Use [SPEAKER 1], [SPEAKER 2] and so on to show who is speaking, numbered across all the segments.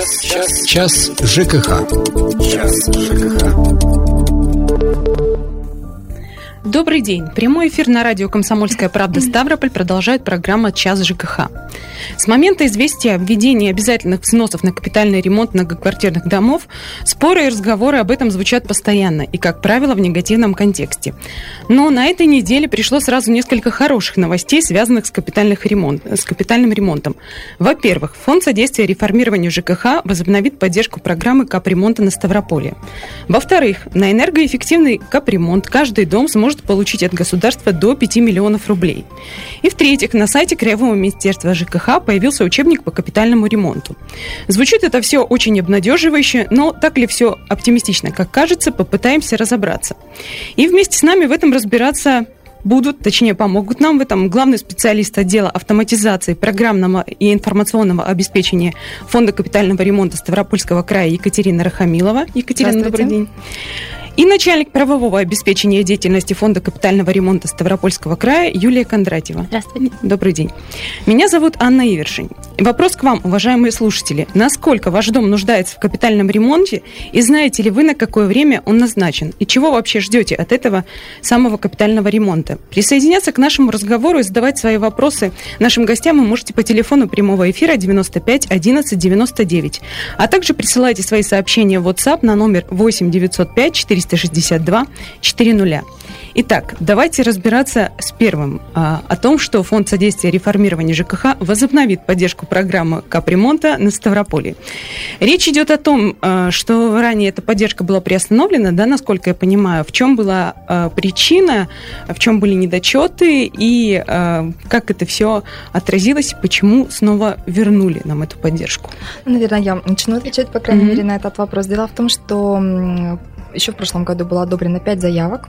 [SPEAKER 1] Час ЖКХ.
[SPEAKER 2] Добрый день. Прямой эфир на радио «Комсомольская правда» Ставрополь продолжает программа «Час ЖКХ». С момента известия о введении обязательных взносов на капитальный ремонт многоквартирных домов споры и разговоры об этом звучат постоянно и, как правило, в негативном контексте. Но на этой неделе пришло сразу несколько хороших новостей, связанных с капитальным ремонтом. Во-первых, Фонд содействия реформированию ЖКХ возобновит поддержку программы капремонта на Ставрополье. Во-вторых, на энергоэффективный капремонт каждый дом сможет получить от государства до 5 миллионов рублей. И в-третьих, на сайте Краевого министерства ЖКХ появился учебник по капитальному ремонту. Звучит это все очень обнадеживающе, но так ли все оптимистично, как кажется, попытаемся разобраться. И вместе с нами в этом разбираться помогут нам в этом главный специалист отдела автоматизации, программного и информационного обеспечения Фонда капитального ремонта Ставропольского края Екатерина Рахамилова. Екатерина, добрый день. И начальник правового обеспечения деятельности Фонда капитального ремонта Ставропольского края Юлия Кондратьева.
[SPEAKER 3] Здравствуйте.
[SPEAKER 2] Добрый день. Меня зовут Анна Ивершин. Вопрос к вам, уважаемые слушатели. Насколько ваш дом нуждается в капитальном ремонте? И знаете ли вы, на какое время он назначен? И чего вообще ждете от этого самого капитального ремонта? Присоединяться к нашему разговору и задавать свои вопросы нашим гостям вы можете по телефону прямого эфира 95 11 99. А также присылайте свои сообщения в WhatsApp на номер 8 905 462 400. Итак, давайте разбираться с первым о том, что Фонд содействия реформированию ЖКХ возобновит поддержку программы капремонта на Ставрополье. Речь идет о том, что ранее эта поддержка была приостановлена, да, насколько я понимаю. В чем была причина, в чем были недочеты и как это все отразилось, и почему снова вернули нам эту поддержку?
[SPEAKER 3] Наверное, я начну отвечать, по крайней мере, на этот вопрос. Дело в том, что еще в прошлом году было одобрено 5 заявок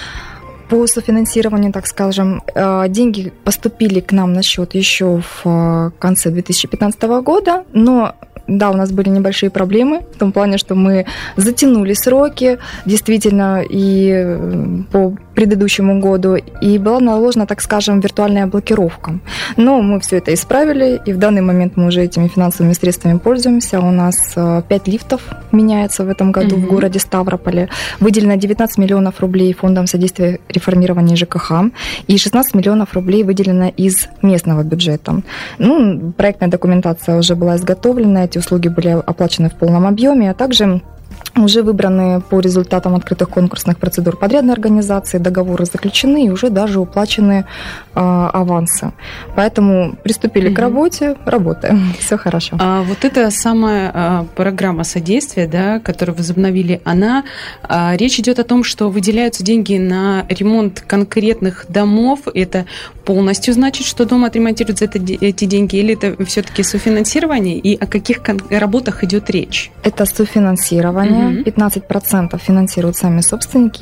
[SPEAKER 3] по софинансированию, так скажем. Деньги поступили к нам на счет еще в конце 2015 года, но да, у нас были небольшие проблемы в том плане, что мы затянули сроки, действительно, и по предыдущему году, и была наложена, так скажем, виртуальная блокировка. Но мы все это исправили, и в данный момент мы уже этими финансовыми средствами пользуемся. У нас 5 лифтов меняется в этом году в городе Ставрополе. Выделено 19 миллионов рублей Фондом содействия реформированию ЖКХ, и 16 миллионов рублей выделено из местного бюджета. Проектная документация уже была изготовлена, эти услуги были оплачены в полном объеме, а также уже выбраны по результатам открытых конкурсных процедур подрядной организации, договоры заключены и уже даже уплачены авансы. Поэтому приступили к работе, работаем, все хорошо.
[SPEAKER 2] А вот эта самая программа содействия, да, которую возобновили, речь идет о том, что выделяются деньги на ремонт конкретных домов. Это полностью значит, что дом отремонтируют за эти деньги, или это все-таки софинансирование? И о каких работах идет речь?
[SPEAKER 3] Это софинансирование. 15% финансируют сами собственники, и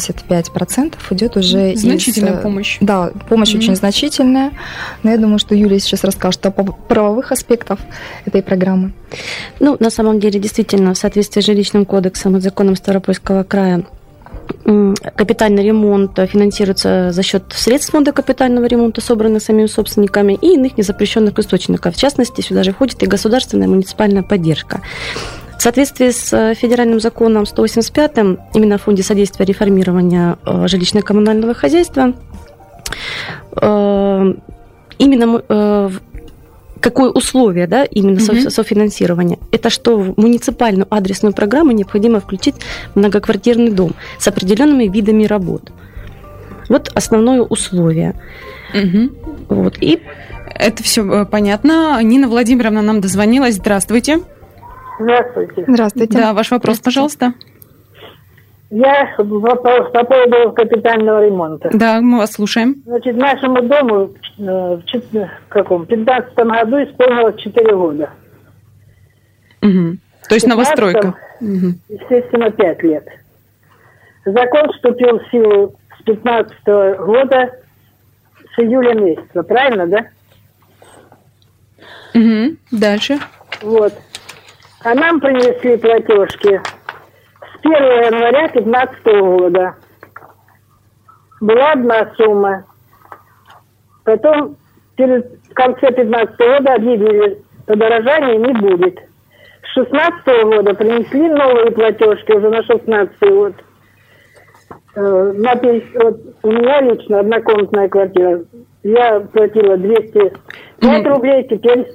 [SPEAKER 3] 85% идет уже
[SPEAKER 2] значительная помощь.
[SPEAKER 3] Да, помощь очень значительная. Но я думаю, что Юлия сейчас расскажет о правовых аспектах этой программы.
[SPEAKER 4] На самом деле, действительно, в соответствии с жилищным кодексом и законом Ставропольского края, капитальный ремонт финансируется за счет средств фонда капитального ремонта, собранных самими собственниками, и иных незапрещенных источников. В частности, сюда же входит и государственная муниципальная поддержка. В соответствии с федеральным законом 185-м, именно в Фонде содействия реформирования жилищно-коммунального хозяйства, именно какое условие, да, именно софинансирования, это что в муниципальную адресную программу необходимо включить многоквартирный дом с определенными видами работ. Вот основное условие. Вот. И
[SPEAKER 2] это все понятно. Нина Владимировна нам дозвонилась. Здравствуйте.
[SPEAKER 5] Здравствуйте.
[SPEAKER 3] Здравствуйте.
[SPEAKER 2] Да, ваш вопрос, пожалуйста.
[SPEAKER 5] Я вопрос по поводу капитального ремонта.
[SPEAKER 2] Да, мы вас слушаем.
[SPEAKER 5] Значит, нашему дому в 2015 году исполнилось 4 года.
[SPEAKER 2] То есть новостройка.
[SPEAKER 5] Естественно, 5 лет. Закон вступил в силу с 2015 года, с июля месяца. Правильно, да?
[SPEAKER 2] Дальше.
[SPEAKER 5] Вот. А нам принесли платежки с 1 января 2015 года. Была одна сумма. Потом в конце 2015 года объявили, подорожания не будет. с 16 года принесли новые платежки уже на 16 год. Вот у меня лично однокомнатная квартира. Я платила 205 рублей, теперь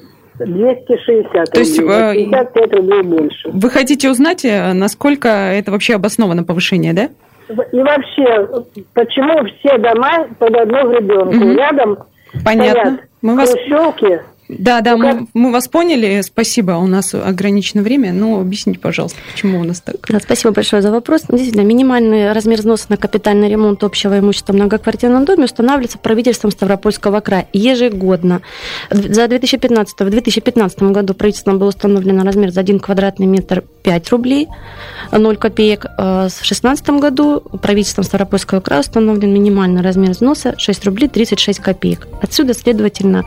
[SPEAKER 5] 260
[SPEAKER 2] То есть,
[SPEAKER 5] рублей. 55 рублей больше.
[SPEAKER 2] Вы хотите узнать, насколько это вообще обосновано повышение, да?
[SPEAKER 5] И вообще, почему все дома под одну гребенку? Рядом
[SPEAKER 2] Понятно.
[SPEAKER 5] стоят хрущевки.
[SPEAKER 2] Да, мы вас поняли. Спасибо. У нас ограничено время. Но объясните, пожалуйста, почему у нас так?
[SPEAKER 4] Да, спасибо большое за вопрос. Действительно, минимальный размер взноса на капитальный ремонт общего имущества в многоквартирном доме устанавливается правительством Ставропольского края ежегодно. В 2015 году правительством был установлен размер за 1 квадратный метр 5 рублей, 0 копеек. В 2016 году правительством Ставропольского края установлен минимальный размер взноса 6 рублей 36 копеек. Отсюда, следовательно,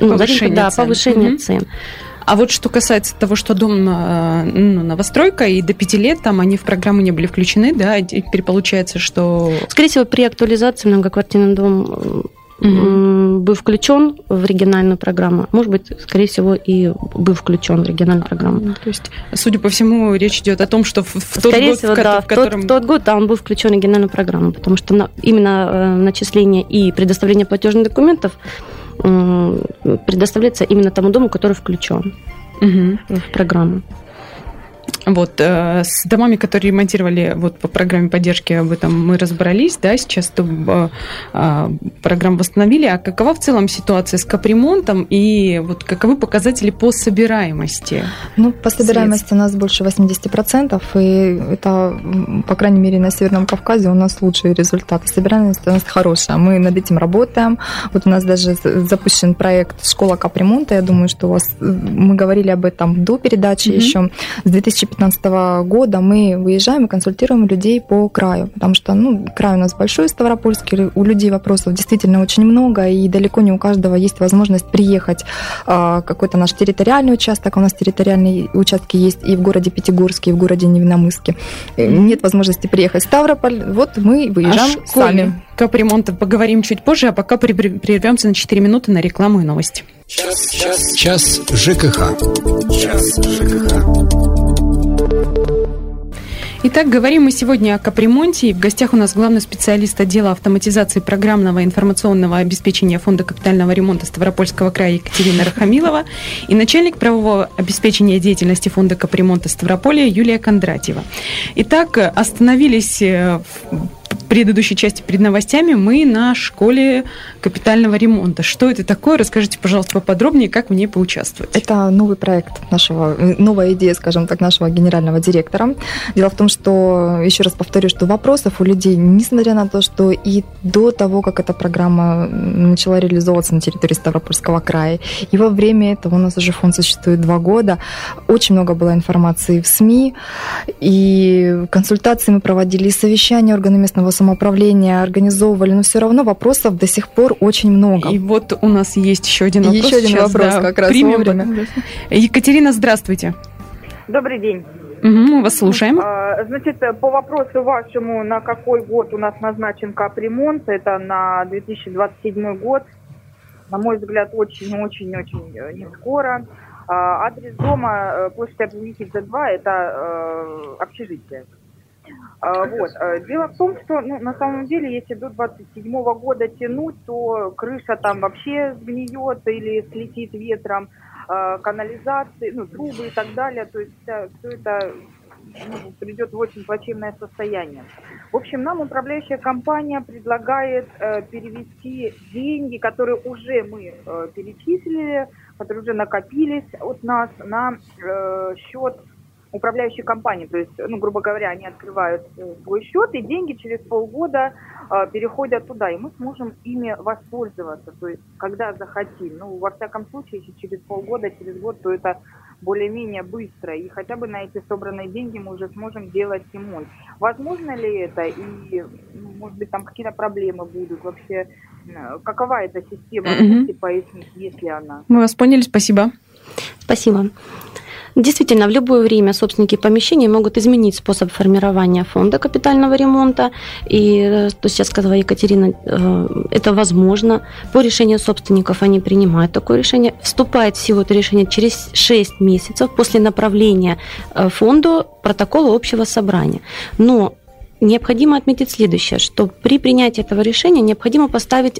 [SPEAKER 4] повышение цен.
[SPEAKER 2] А вот что касается того, что дом новостройка, и до 5 лет там они в программу не были включены, да, и теперь получается, что...
[SPEAKER 4] Скорее всего, при актуализации многоквартирный дом был включен в региональную программу. Может быть, скорее всего, и был включен в региональную программу.
[SPEAKER 2] То есть, судя по всему, речь идет о том, что в тот
[SPEAKER 4] скорее
[SPEAKER 2] год,
[SPEAKER 4] всего,
[SPEAKER 2] в котором...
[SPEAKER 4] в тот год он был включен в региональную программу, потому что именно начисление и предоставление платежных документов предоставляется именно тому дому, который включен в программу.
[SPEAKER 2] Вот, с домами, которые ремонтировали вот по программе поддержки, об этом мы разобрались, да, сейчас программу восстановили. А какова в целом ситуация с капремонтом и вот каковы показатели по собираемости?
[SPEAKER 3] Ну, по собираемости у нас больше 80%, и это, по крайней мере, на Северном Кавказе у нас лучшие результаты. Собираемость у нас хорошая, мы над этим работаем. Вот у нас даже запущен проект «Школа капремонта», я думаю, что мы говорили об этом до передачи еще. С 2015 года мы выезжаем и консультируем людей по краю, потому что край у нас большой, Ставропольский, у людей вопросов действительно очень много, и далеко не у каждого есть возможность приехать в какой-то наш территориальный участок. У нас территориальные участки есть и в городе Пятигорске, и в городе Невиномысске. Нет возможности приехать в Ставрополь, вот мы выезжаем сами.
[SPEAKER 2] Капремонта поговорим чуть позже, а пока прервемся на 4 минуты на рекламу и новости.
[SPEAKER 1] Час ЖКХ.
[SPEAKER 2] Итак, говорим мы сегодня о капремонте. И в гостях у нас главный специалист отдела автоматизации программного и информационного обеспечения Фонда капитального ремонта Ставропольского края Екатерина Рахамилова и начальник правового обеспечения деятельности Фонда капремонта Ставрополья Юлия Кондратьева. Итак, остановились в предыдущей части перед новостями мы на школе капитального ремонта. Что это такое? Расскажите, пожалуйста, поподробнее, как в ней поучаствовать.
[SPEAKER 3] Это новый проект новая идея, скажем так, нашего генерального директора. Дело в том, что, еще раз повторю, что вопросов у людей, несмотря на то, что и до того, как эта программа начала реализовываться на территории Ставропольского края, и во время этого, у нас уже фонд существует 2 года, очень много было информации в СМИ, и консультации мы проводили, и совещания органы местного самоуправления организовывали, но все равно вопросов до сих пор очень много.
[SPEAKER 2] И вот у нас есть еще один вопрос.
[SPEAKER 3] Еще один вопрос, как раз вовремя.
[SPEAKER 2] Екатерина, здравствуйте.
[SPEAKER 6] Добрый день.
[SPEAKER 2] Мы вас слушаем.
[SPEAKER 6] Значит, по вопросу вашему, на какой год у нас назначен капремонт, это на 2027 год. На мой взгляд, очень-очень-очень не скоро. Адрес дома, площадь Объединитель 2, это общежитие. Вот. Дело в том, что на самом деле, если до 27 года тянуть, то крыша там вообще сгниет или слетит ветром, канализации, трубы и так далее. То есть все это придет в очень плачевное состояние. В общем, нам управляющая компания предлагает перевести деньги, которые уже мы перечислили, которые уже накопились от нас, на счет управляющей компании. То есть, грубо говоря, они открывают свой счет, и деньги через полгода переходят туда, и мы сможем ими воспользоваться, то есть, когда захотим. Во всяком случае, если через полгода, через год, то это более-менее быстро, и хотя бы на эти собранные деньги мы уже сможем делать ремонт. Возможно ли это, и, может быть, там какие-то проблемы будут вообще? Какова эта система? Можете пояснить, есть ли она?
[SPEAKER 2] Мы вас поняли, спасибо.
[SPEAKER 4] Спасибо. Действительно, в любое время собственники помещений могут изменить способ формирования фонда капитального ремонта. И, то сейчас сказала Екатерина, это возможно. По решению собственников они принимают такое решение. Вступает в силу это решение через 6 месяцев после направления фонду протокола общего собрания. Но необходимо отметить следующее, что при принятии этого решения необходимо поставить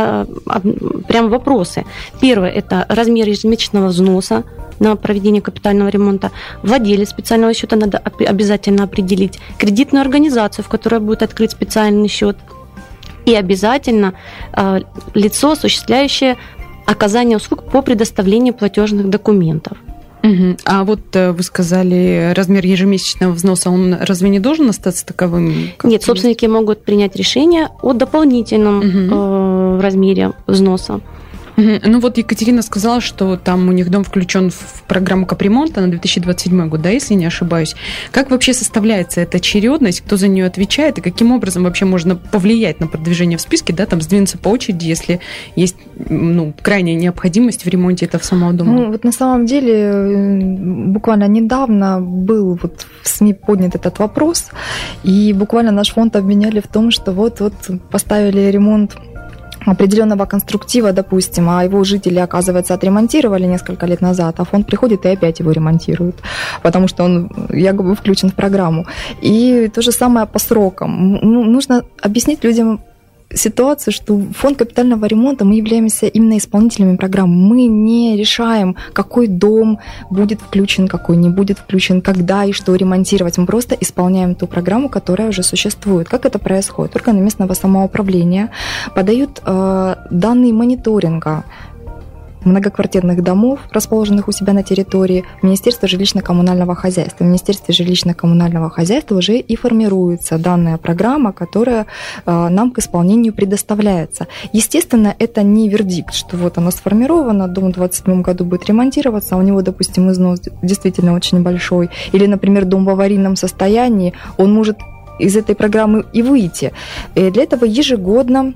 [SPEAKER 4] прям вопросы. Первое – это размер ежемесячного взноса на проведение капитального ремонта. Владелец специального счета надо обязательно определить. Кредитную организацию, в которой будет открыт специальный счет. И обязательно лицо, осуществляющее оказание услуг по предоставлению платежных документов.
[SPEAKER 2] Угу. А вот вы сказали, размер ежемесячного взноса, он разве не должен остаться таковым?
[SPEAKER 4] Нет, собственники могут принять решение о дополнительном размере взноса.
[SPEAKER 2] Ну вот Екатерина сказала, что там у них дом включен в программу капремонта на 2027 год, да, если не ошибаюсь. Как вообще составляется эта очередность, кто за нее отвечает, и каким образом вообще можно повлиять на продвижение в списке, да, там сдвинуться по очереди, если есть крайняя необходимость в ремонте этого самого дома?
[SPEAKER 3] Ну вот на самом деле буквально недавно был вот в СМИ поднят этот вопрос, и буквально наш фонд обвиняли в том, что вот поставили ремонт определенного конструктива, допустим, а его жители, оказывается, отремонтировали несколько лет назад, а фонд приходит и опять его ремонтирует, потому что он якобы включен в программу. И то же самое по срокам. Нужно объяснить людям ситуацию, что фонд капитального ремонта, мы являемся именно исполнителями программы. Мы не решаем, какой дом будет включен, какой не будет включен, когда и что ремонтировать. Мы просто исполняем ту программу, которая уже существует. Как это происходит? Органы местного самоуправления подают данные мониторинга многоквартирных домов, расположенных у себя на территории, в Министерство жилищно-коммунального хозяйства. В Министерстве жилищно-коммунального хозяйства уже и формируется данная программа, которая нам к исполнению предоставляется. Естественно, это не вердикт, что вот она сформирована, дом в 2027 году будет ремонтироваться, а у него, допустим, износ действительно очень большой. Или, например, дом в аварийном состоянии, он может из этой программы и выйти. И для этого ежегодно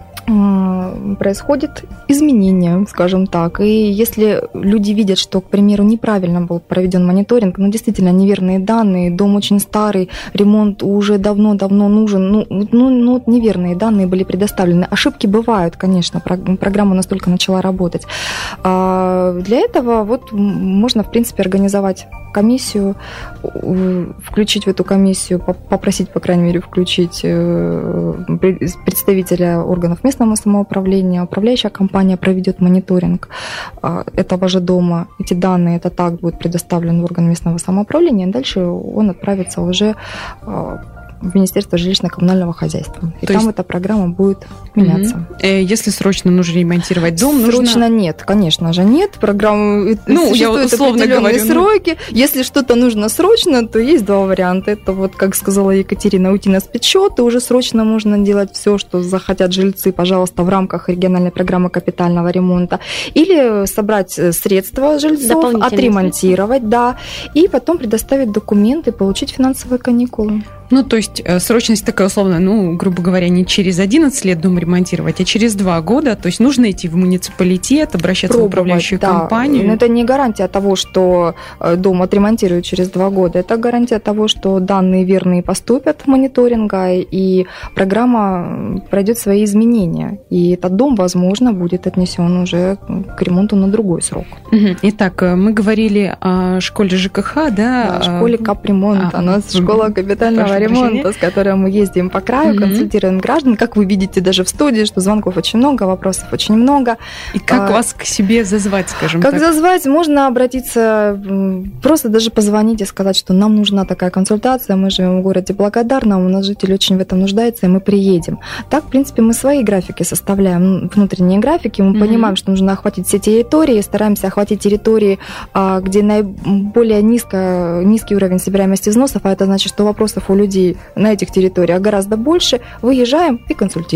[SPEAKER 3] происходит изменение, скажем так. И если люди видят, что, к примеру, неправильно был проведен мониторинг, действительно неверные данные, дом очень старый, ремонт уже давно-давно нужен, неверные данные были предоставлены. Ошибки бывают, конечно, программа настолько начала работать. Для этого вот можно, в принципе, организовать комиссию, включить в эту комиссию, попросить, по крайней мере, включить представителя органов местного самоуправления, управляющая компания проведет мониторинг этого же дома. Эти данные, этот акт будет предоставлен в орган местного самоуправления, и дальше он отправится уже в Министерство жилищно-коммунального хозяйства. И там эта программа будет меняться.
[SPEAKER 2] Если срочно нужно ремонтировать дом,
[SPEAKER 3] срочно нет, конечно же нет. Программа существует определенные сроки. Если что-то нужно срочно, то есть два варианта. Это вот, как сказала Екатерина, уйти на спецсчет, и уже срочно можно делать все, что захотят жильцы, пожалуйста, в рамках региональной программы капитального ремонта. Или собрать средства жильцов, отремонтировать, да, и потом предоставить документы, получить финансовые каникулы.
[SPEAKER 2] То есть срочность такая условная, грубо говоря, не через 11 лет дом ремонтировать, а через 2 года. То есть нужно идти в муниципалитет, обращаться в управляющую компанию.
[SPEAKER 3] Но это не гарантия того, что дом отремонтируют через 2 года. Это гарантия того, что данные верные поступят в мониторинга, и программа пройдет свои изменения. И этот дом, возможно, будет отнесен уже к ремонту на другой срок.
[SPEAKER 2] Итак, мы говорили о школе ЖКХ, да?
[SPEAKER 3] Да, о школе капремонта. У нас школа капитального ремонта, с которой мы ездим по краю, консультируем граждан. Как вы видите даже в студии, что звонков очень много, вопросов очень много.
[SPEAKER 2] И как вас к себе зазвать, скажем так?
[SPEAKER 3] Как зазвать? Можно обратиться, просто даже позвонить и сказать, что нам нужна такая консультация, мы живем в городе Благодарном, у нас житель очень в этом нуждается, и мы приедем. Так, в принципе, мы свои графики составляем, внутренние графики, мы понимаем, что нужно охватить все территории, стараемся охватить территории, где наиболее низкий уровень собираемости взносов, а это значит, что вопросов у людей на этих территориях гораздо больше, выезжаем и консультируем. Все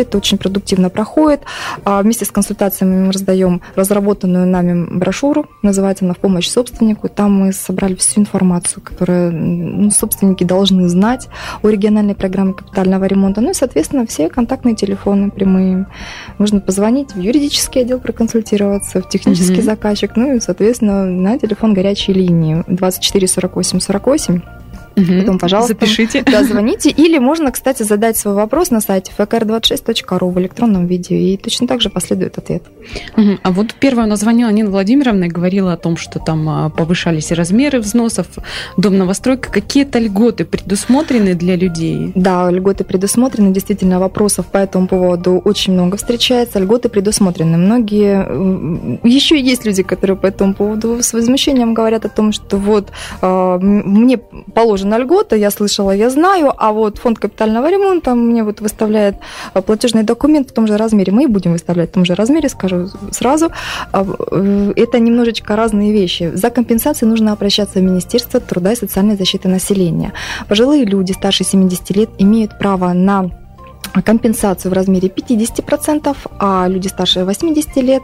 [SPEAKER 3] это очень продуктивно проходит. Вместе с консультациями мы раздаем разработанную нами брошюру, называется она «В помощь собственнику». Там мы собрали всю информацию, которую собственники должны знать о региональной программе капитального ремонта. Ну и, соответственно, все контактные телефоны прямые. Можно позвонить в юридический отдел, проконсультироваться, в технический заказчик, ну и, соответственно, на телефон горячей линии 24 48 48. Потом, пожалуйста,
[SPEAKER 2] запишите.
[SPEAKER 3] Да, звоните. Или можно, кстати, задать свой вопрос на сайте fkr26.ru в электронном виде, и точно так же последует ответ.
[SPEAKER 2] А вот первая у нас звонила Нина Владимировна и говорила о том, что там повышались размеры взносов, дом новостройка. Какие-то льготы предусмотрены для людей?
[SPEAKER 3] Да, льготы предусмотрены. Действительно, вопросов по этому поводу очень много встречается. Льготы предусмотрены. Многие... Еще есть люди, которые по этому поводу с возмущением говорят о том, что вот мне положено на льготы, я слышала, я знаю, а вот фонд капитального ремонта мне вот выставляет платежный документ в том же размере. Мы и будем выставлять в том же размере, скажу сразу. Это немножечко разные вещи. За компенсацией нужно обращаться в Министерство труда и социальной защиты населения. Пожилые люди старше 70 лет имеют право на компенсацию в размере 50%, а люди старше 80 лет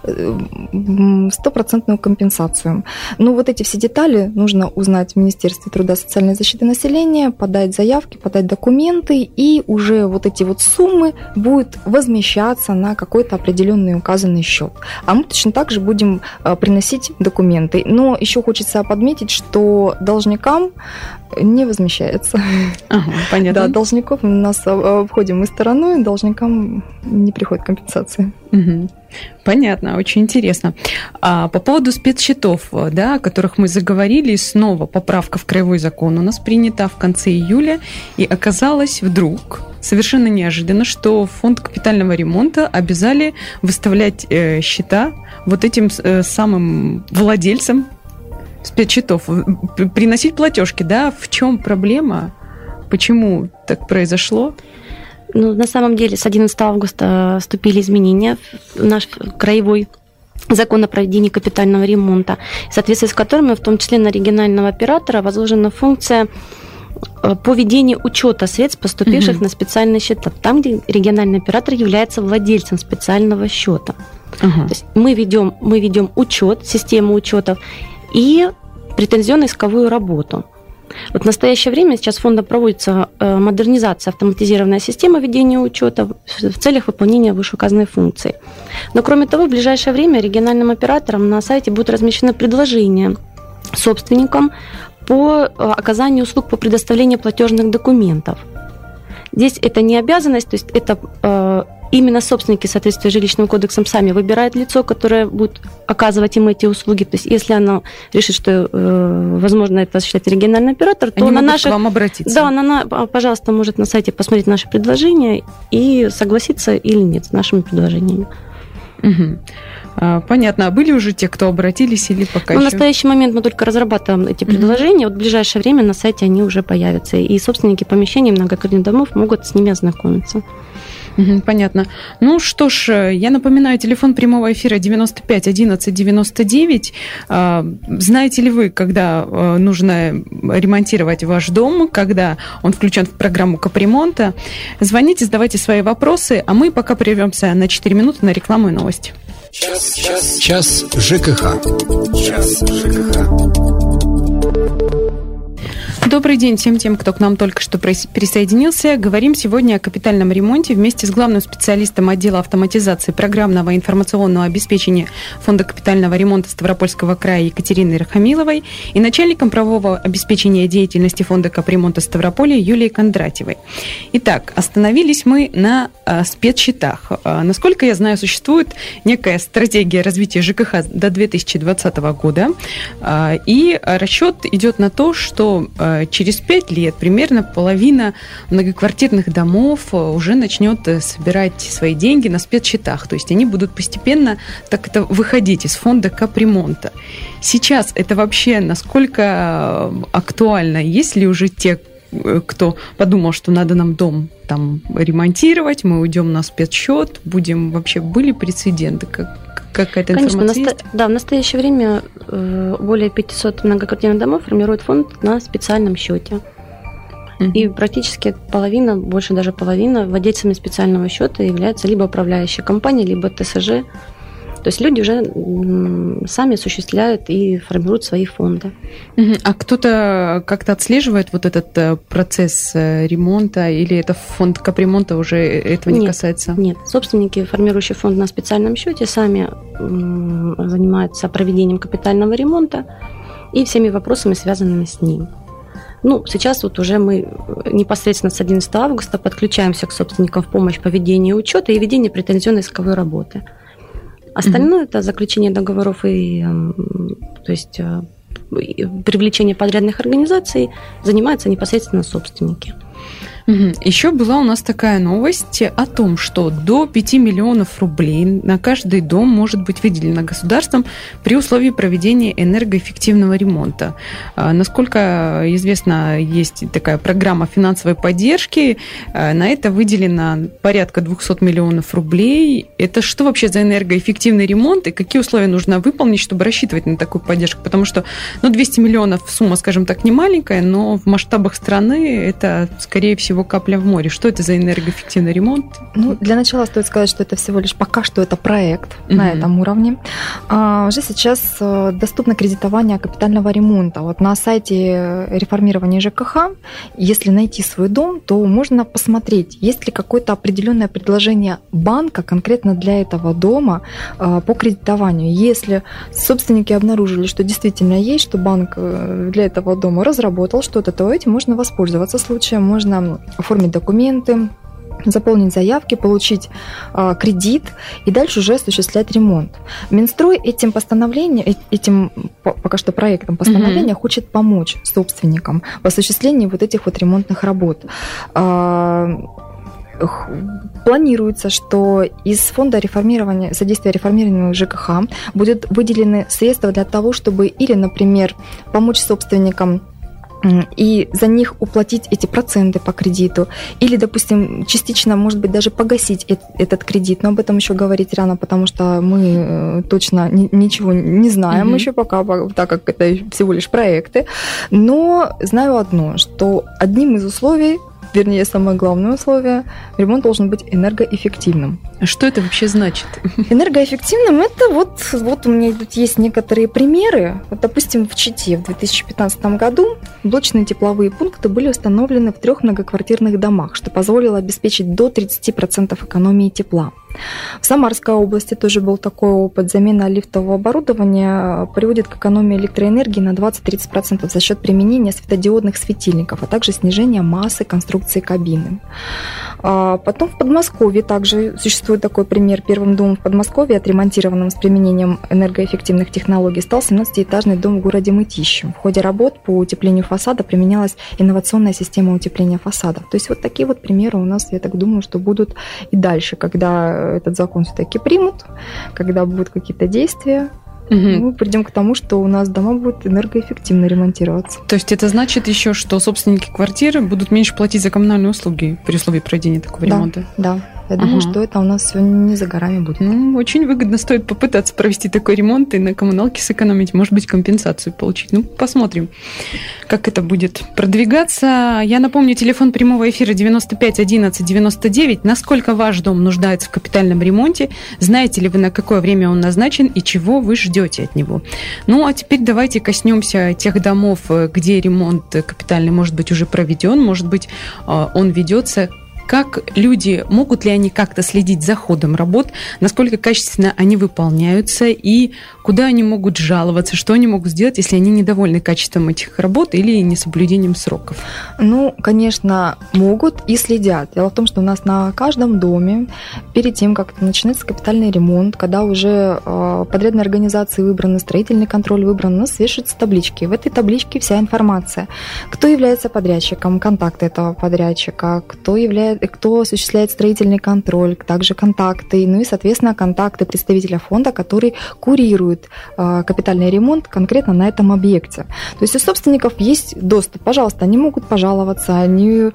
[SPEAKER 3] 100% компенсацию. Ну, вот эти все детали нужно узнать в Министерстве труда и социальной защиты населения, подать заявки, подать документы, и уже вот эти вот суммы будут возмещаться на какой-то определенный указанный счет. А мы точно так же будем приносить документы. Но еще хочется подметить, что должникам не возмещается.
[SPEAKER 2] Ага, понятно.
[SPEAKER 3] Да, должников у нас обходим мы стороной, должникам не приходит компенсации.
[SPEAKER 2] Понятно, очень интересно. А по поводу спецсчетов, да, о которых мы заговорили, снова поправка в краевой закон у нас принята в конце июля, и оказалось вдруг совершенно неожиданно, что фонд капитального ремонта обязали выставлять счета вот этим самым владельцам спецсчетов, приносить платежки, да? В чем проблема? Почему так произошло?
[SPEAKER 4] Ну, на самом деле, с 11 августа вступили изменения в наш краевой закон о проведении капитального ремонта, в соответствии с которыми, в том числе на регионального оператора, возложена функция по ведению учета средств, поступивших на специальные счета, там, где региональный оператор является владельцем специального счета. То есть мы ведем учет, систему учетов и претензионно-исковую работу. Вот в настоящее время сейчас фондом проводится модернизация, автоматизированная система ведения учета в целях выполнения вышеуказанной функции. Но кроме того, в ближайшее время региональным операторам на сайте будут размещены предложения собственникам по оказанию услуг по предоставлению платежных документов. Здесь это не обязанность, то есть это именно собственники в соответствии с жилищным кодексом сами выбирают лицо, которое будет оказывать им эти услуги. То есть если оно решит, что возможно это осуществлять региональный оператор, то
[SPEAKER 2] они могут к вам обратиться.
[SPEAKER 4] Да, она, пожалуйста, может на сайте посмотреть наши предложения и согласиться или нет с нашими предложениями.
[SPEAKER 2] Понятно. А были уже те, кто обратились или пока еще?
[SPEAKER 4] В настоящий момент мы только разрабатываем эти предложения. Вот в ближайшее время на сайте они уже появятся. И собственники помещений многоквартирных домов могут с ними ознакомиться.
[SPEAKER 2] Понятно. Ну что ж, я напоминаю, телефон прямого эфира 95 11 99. Знаете ли вы, когда нужно ремонтировать ваш дом, когда он включен в программу капремонта? Звоните, задавайте свои вопросы, а мы пока прервемся на 4 минуты на рекламу и новости.
[SPEAKER 1] Час ЖКХ. Час ЖКХ.
[SPEAKER 2] Добрый день всем тем, кто к нам только что присоединился. Говорим сегодня о капитальном ремонте вместе с главным специалистом отдела автоматизации программного и информационного обеспечения Фонда капитального ремонта Ставропольского края Екатериной Рахамиловой и начальником правового обеспечения деятельности Фонда капремонта Ставрополя Юлией Кондратьевой. Итак, остановились мы на спецсчетах. Насколько я знаю, существует некая стратегия развития ЖКХ до 2020 года, и расчет идет на то, что через 5 лет примерно половина многоквартирных домов уже начнет собирать свои деньги на спецсчетах. То есть они будут постепенно так это выходить из фонда капремонта. Сейчас это вообще насколько актуально? Есть ли уже те, кто подумал, что надо нам дом там ремонтировать, мы уйдем на спецсчет, будем вообще, были прецеденты? Какая-то информация есть?
[SPEAKER 4] Да, в настоящее время более 500 многоквартирных домов формирует фонд на специальном счете. И практически половина, больше даже половина, владельцами специального счета является либо управляющая компания, либо ТСЖ. То есть люди уже сами осуществляют и формируют свои фонды.
[SPEAKER 2] А кто-то как-то отслеживает вот этот процесс ремонта, или это фонд капремонта уже этого не касается?
[SPEAKER 4] Нет. Собственники, формирующие фонд на специальном счете, сами занимаются проведением капитального ремонта и всеми вопросами, связанными с ним. Сейчас вот уже мы непосредственно с 11 августа подключаемся к собственникам в помощь по ведению учета и ведению претензионной исковой работы. Остальное это заключение договоров и привлечение подрядных организаций занимаются непосредственно собственники.
[SPEAKER 2] Еще была у нас такая новость о том, что до 5 миллионов рублей на каждый дом может быть выделено государством при условии проведения энергоэффективного ремонта. Насколько известно, есть такая программа финансовой поддержки. На это выделено порядка 200 миллионов рублей. Это что вообще за энергоэффективный ремонт и какие условия нужно выполнить, чтобы рассчитывать на такую поддержку? Потому что 200 миллионов сумма, скажем так, не маленькая, но в масштабах страны это, скорее всего, капля в море. Что это за энергоэффективный ремонт?
[SPEAKER 3] Для начала стоит сказать, что это всего лишь пока что это проект на этом уровне. Уже сейчас доступно кредитование капитального ремонта. Вот на сайте реформирования ЖКХ, если найти свой дом, то можно посмотреть, есть ли какое-то определенное предложение банка конкретно для этого дома по кредитованию. Если собственники обнаружили, что действительно есть, что банк для этого дома разработал что-то, то этим можно воспользоваться случаем, можно оформить документы, заполнить заявки, получить кредит и дальше уже осуществлять ремонт. Минстрой этим постановлением, этим пока что проектом постановления хочет помочь собственникам в осуществлении вот этих вот ремонтных работ. Планируется, что из фонда реформирования, содействия реформированию ЖКХ будут выделены средства для того, чтобы или, например, помочь собственникам и за них уплатить эти проценты по кредиту, или, допустим, частично, может быть, даже погасить этот кредит. Но об этом еще говорить рано, потому что мы точно ничего не знаем еще пока, так как это всего лишь проекты. Но знаю одно, что одним из условий, вернее, самое главное условие, ремонт должен быть энергоэффективным.
[SPEAKER 2] А что это вообще значит?
[SPEAKER 3] Энергоэффективным это вот у меня тут есть некоторые примеры. Вот, допустим, в Чите в 2015 году блочные тепловые пункты были установлены в 3 многоквартирных домах, что позволило обеспечить до 30% экономии тепла. В Самарской области тоже был такой опыт. Замена лифтового оборудования приводит к экономии электроэнергии на 20-30% за счет применения светодиодных светильников, а также снижения массы конструкции кабины. Потом в Подмосковье также существует такой пример. Первым домом в Подмосковье, отремонтированным с применением энергоэффективных технологий, стал 17-этажный дом в городе Мытищи. В ходе работ по утеплению фасада применялась инновационная система утепления фасадов. То есть вот такие вот примеры у нас, я так думаю, что будут и дальше, когда этот закон все-таки примут, когда будут какие-то действия. Мы придем к тому, что у нас дома будут энергоэффективно ремонтироваться.
[SPEAKER 2] То есть это значит еще, что собственники квартиры будут меньше платить за коммунальные услуги при условии проведения такого ремонта?
[SPEAKER 3] Да. Я думаю, что это у нас все не за горами будет.
[SPEAKER 2] Очень выгодно, стоит попытаться провести такой ремонт и на коммуналке сэкономить, может быть, компенсацию получить. Посмотрим, как это будет продвигаться. Я напомню, телефон прямого эфира 95 11 99. Насколько ваш дом нуждается в капитальном ремонте? Знаете ли вы, на какое время он назначен и чего вы ждете от него? А теперь давайте коснемся тех домов, где ремонт капитальный, может быть, уже проведен, может быть, он ведется. Как люди, могут ли они как-то следить за ходом работ, насколько качественно они выполняются и куда они могут жаловаться, что они могут сделать, если они недовольны качеством этих работ или несоблюдением сроков?
[SPEAKER 3] Конечно, могут и следят. Дело в том, что у нас на каждом доме, перед тем, как начинается капитальный ремонт, когда уже подрядные организации выбраны, строительный контроль выбран, у нас вешаются таблички. В этой табличке вся информация. Кто является подрядчиком, контакты этого подрядчика, кто является кто осуществляет строительный контроль, также контакты, ну и, соответственно, контакты представителя фонда, который курирует капитальный ремонт конкретно на этом объекте. То есть у собственников есть доступ, пожалуйста, они могут пожаловаться, они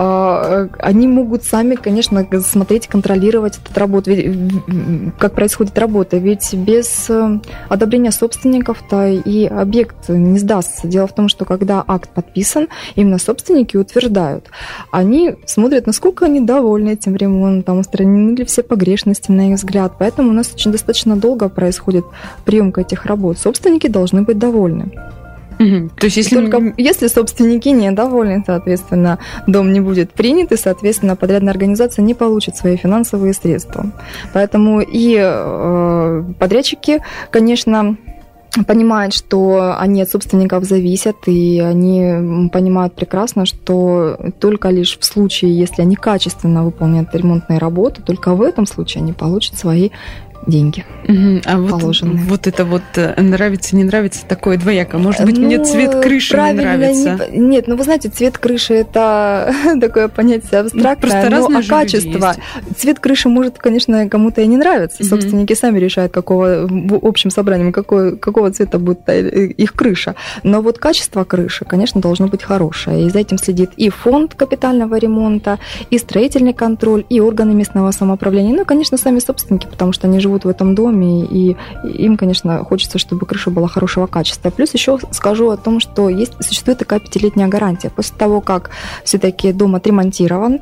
[SPEAKER 3] могут сами, конечно, смотреть, контролировать эту работу, как происходит работа, ведь без одобрения собственников-то и объект не сдастся. Дело в том, что когда акт подписан, именно собственники утверждают. Они смотрят, насколько они довольны этим ремонтом, устранены ли все погрешности, на их взгляд. Поэтому у нас очень достаточно долго происходит приемка этих работ. Собственники должны быть довольны.
[SPEAKER 2] То есть,
[SPEAKER 3] если собственники недовольны, соответственно, дом не будет принят, и, соответственно, подрядная организация не получит свои финансовые средства. Поэтому и подрядчики, конечно, понимают, что они от собственников зависят, и они понимают прекрасно, что только лишь в случае, если они качественно выполняют ремонтные работы, только в этом случае они получат свои деньги.
[SPEAKER 2] А вот это вот нравится, не нравится, такое двояко. Может быть, мне цвет крыши не нравится.
[SPEAKER 3] Нет, вы знаете, цвет крыши это такое понятие абстрактное, а качество. Цвет крыши может, конечно, кому-то и не нравиться. Собственники сами решают, в общем собрании, какого цвета будет их крыша. Но вот качество крыши, конечно, должно быть хорошее. И за этим следит и фонд капитального ремонта, и строительный контроль, и органы местного самоуправления. Ну, конечно, сами собственники, потому что они живут в этом доме, и им, конечно, хочется, чтобы крыша была хорошего качества. Плюс еще скажу о том, что существует такая 5-летняя гарантия. После того, как все-таки дом отремонтирован,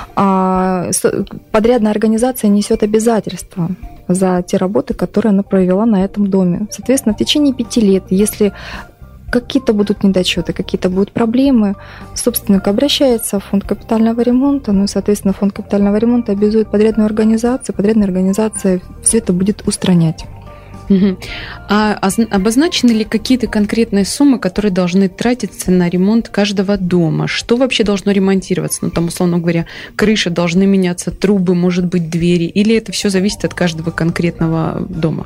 [SPEAKER 3] подрядная организация несет обязательства за те работы, которые она провела на этом доме. Соответственно, в течение 5 лет, если какие-то будут недочеты, какие-то будут проблемы, собственник обращается в фонд капитального ремонта, ну и, соответственно, фонд капитального ремонта обязует подрядная организация все это будет устранять.
[SPEAKER 2] А обозначены ли какие-то конкретные суммы, которые должны тратиться на ремонт каждого дома? Что вообще должно ремонтироваться? Ну, там, условно говоря, крыши должны меняться, трубы, может быть, двери, или это все зависит от каждого конкретного дома?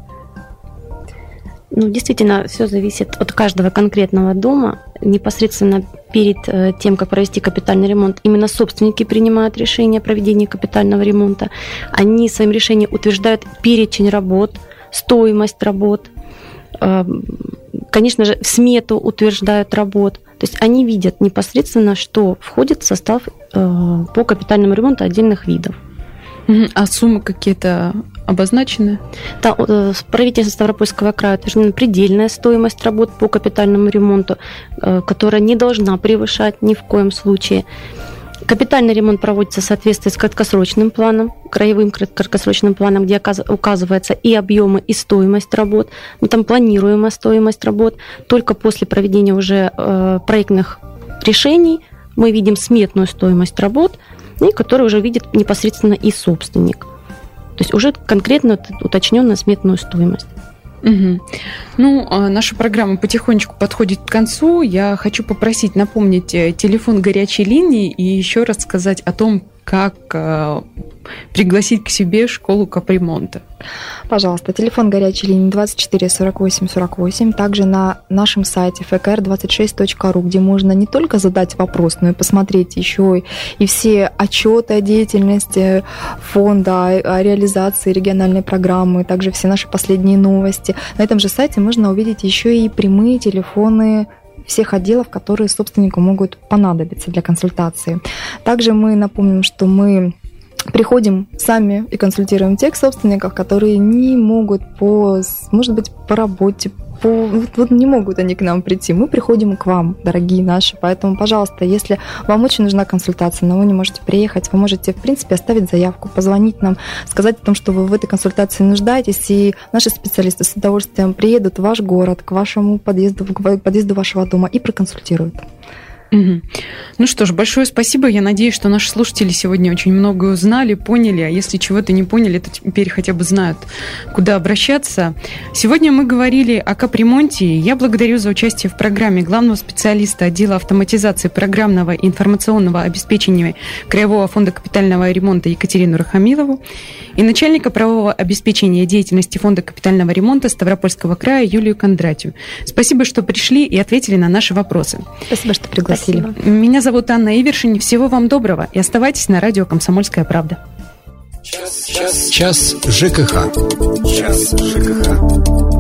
[SPEAKER 4] Ну, действительно, все зависит от каждого конкретного дома. Непосредственно перед тем, как провести капитальный ремонт, именно собственники принимают решение о проведении капитального ремонта. Они своим решением утверждают перечень работ, стоимость работ, конечно же, смету утверждают работ. То есть они видят непосредственно, что входит в состав по капитальному ремонту отдельных видов.
[SPEAKER 2] А суммы какие-то обозначены?
[SPEAKER 4] Да, правительством Ставропольского края утверждена предельная стоимость работ по капитальному ремонту, которая не должна превышать ни в коем случае. Капитальный ремонт проводится в соответствии с краткосрочным планом, краевым краткосрочным планом, где указываются и объемы, и стоимость работ, но там планируемая стоимость работ. Только после проведения уже проектных решений мы видим сметную стоимость работ, и которую уже видит непосредственно и собственник. То есть уже конкретно уточненную сметную стоимость.
[SPEAKER 2] Ну, наша программа потихонечку подходит к концу. Я хочу попросить напомнить телефон горячей линии и еще раз сказать о том, как пригласить к себе школу капремонта.
[SPEAKER 3] Пожалуйста, телефон горячей линии 24 48 48. Также на нашем сайте fkr26.ru, где можно не только задать вопрос, но и посмотреть еще и все отчеты о деятельности фонда, о реализации региональной программы, также все наши последние новости. На этом же сайте можно увидеть еще и прямые телефоны всех отделов, которые собственнику могут понадобиться для консультации. Также мы напомним, что мы приходим сами и консультируем тех собственников, которые не могут может быть, по работе, не могут они к нам прийти. Мы приходим к вам, дорогие наши. Поэтому, пожалуйста, если вам очень нужна консультация, но вы не можете приехать, вы можете, в принципе, оставить заявку, позвонить нам, сказать о том, что вы в этой консультации нуждаетесь, и наши специалисты с удовольствием приедут в ваш город, к вашему подъезду, к подъезду вашего дома и проконсультируют.
[SPEAKER 2] Ну что ж, большое спасибо. Я надеюсь, что наши слушатели сегодня очень многое узнали, поняли, а если чего-то не поняли, то теперь хотя бы знают, куда обращаться. Сегодня мы говорили о капремонте. Я благодарю за участие в программе главного специалиста отдела автоматизации программного и информационного обеспечения Краевого фонда капитального ремонта Екатерину Рахамилову и начальника правового обеспечения деятельности фонда капитального ремонта Ставропольского края Юлию Кондратью. Спасибо, что пришли и ответили на наши вопросы.
[SPEAKER 3] Спасибо, что пригласили.
[SPEAKER 4] Спасибо.
[SPEAKER 2] Меня зовут Анна Ивершин. Всего вам доброго. И оставайтесь на радио «Комсомольская правда».
[SPEAKER 1] Час ЖКХ. Час ЖКХ.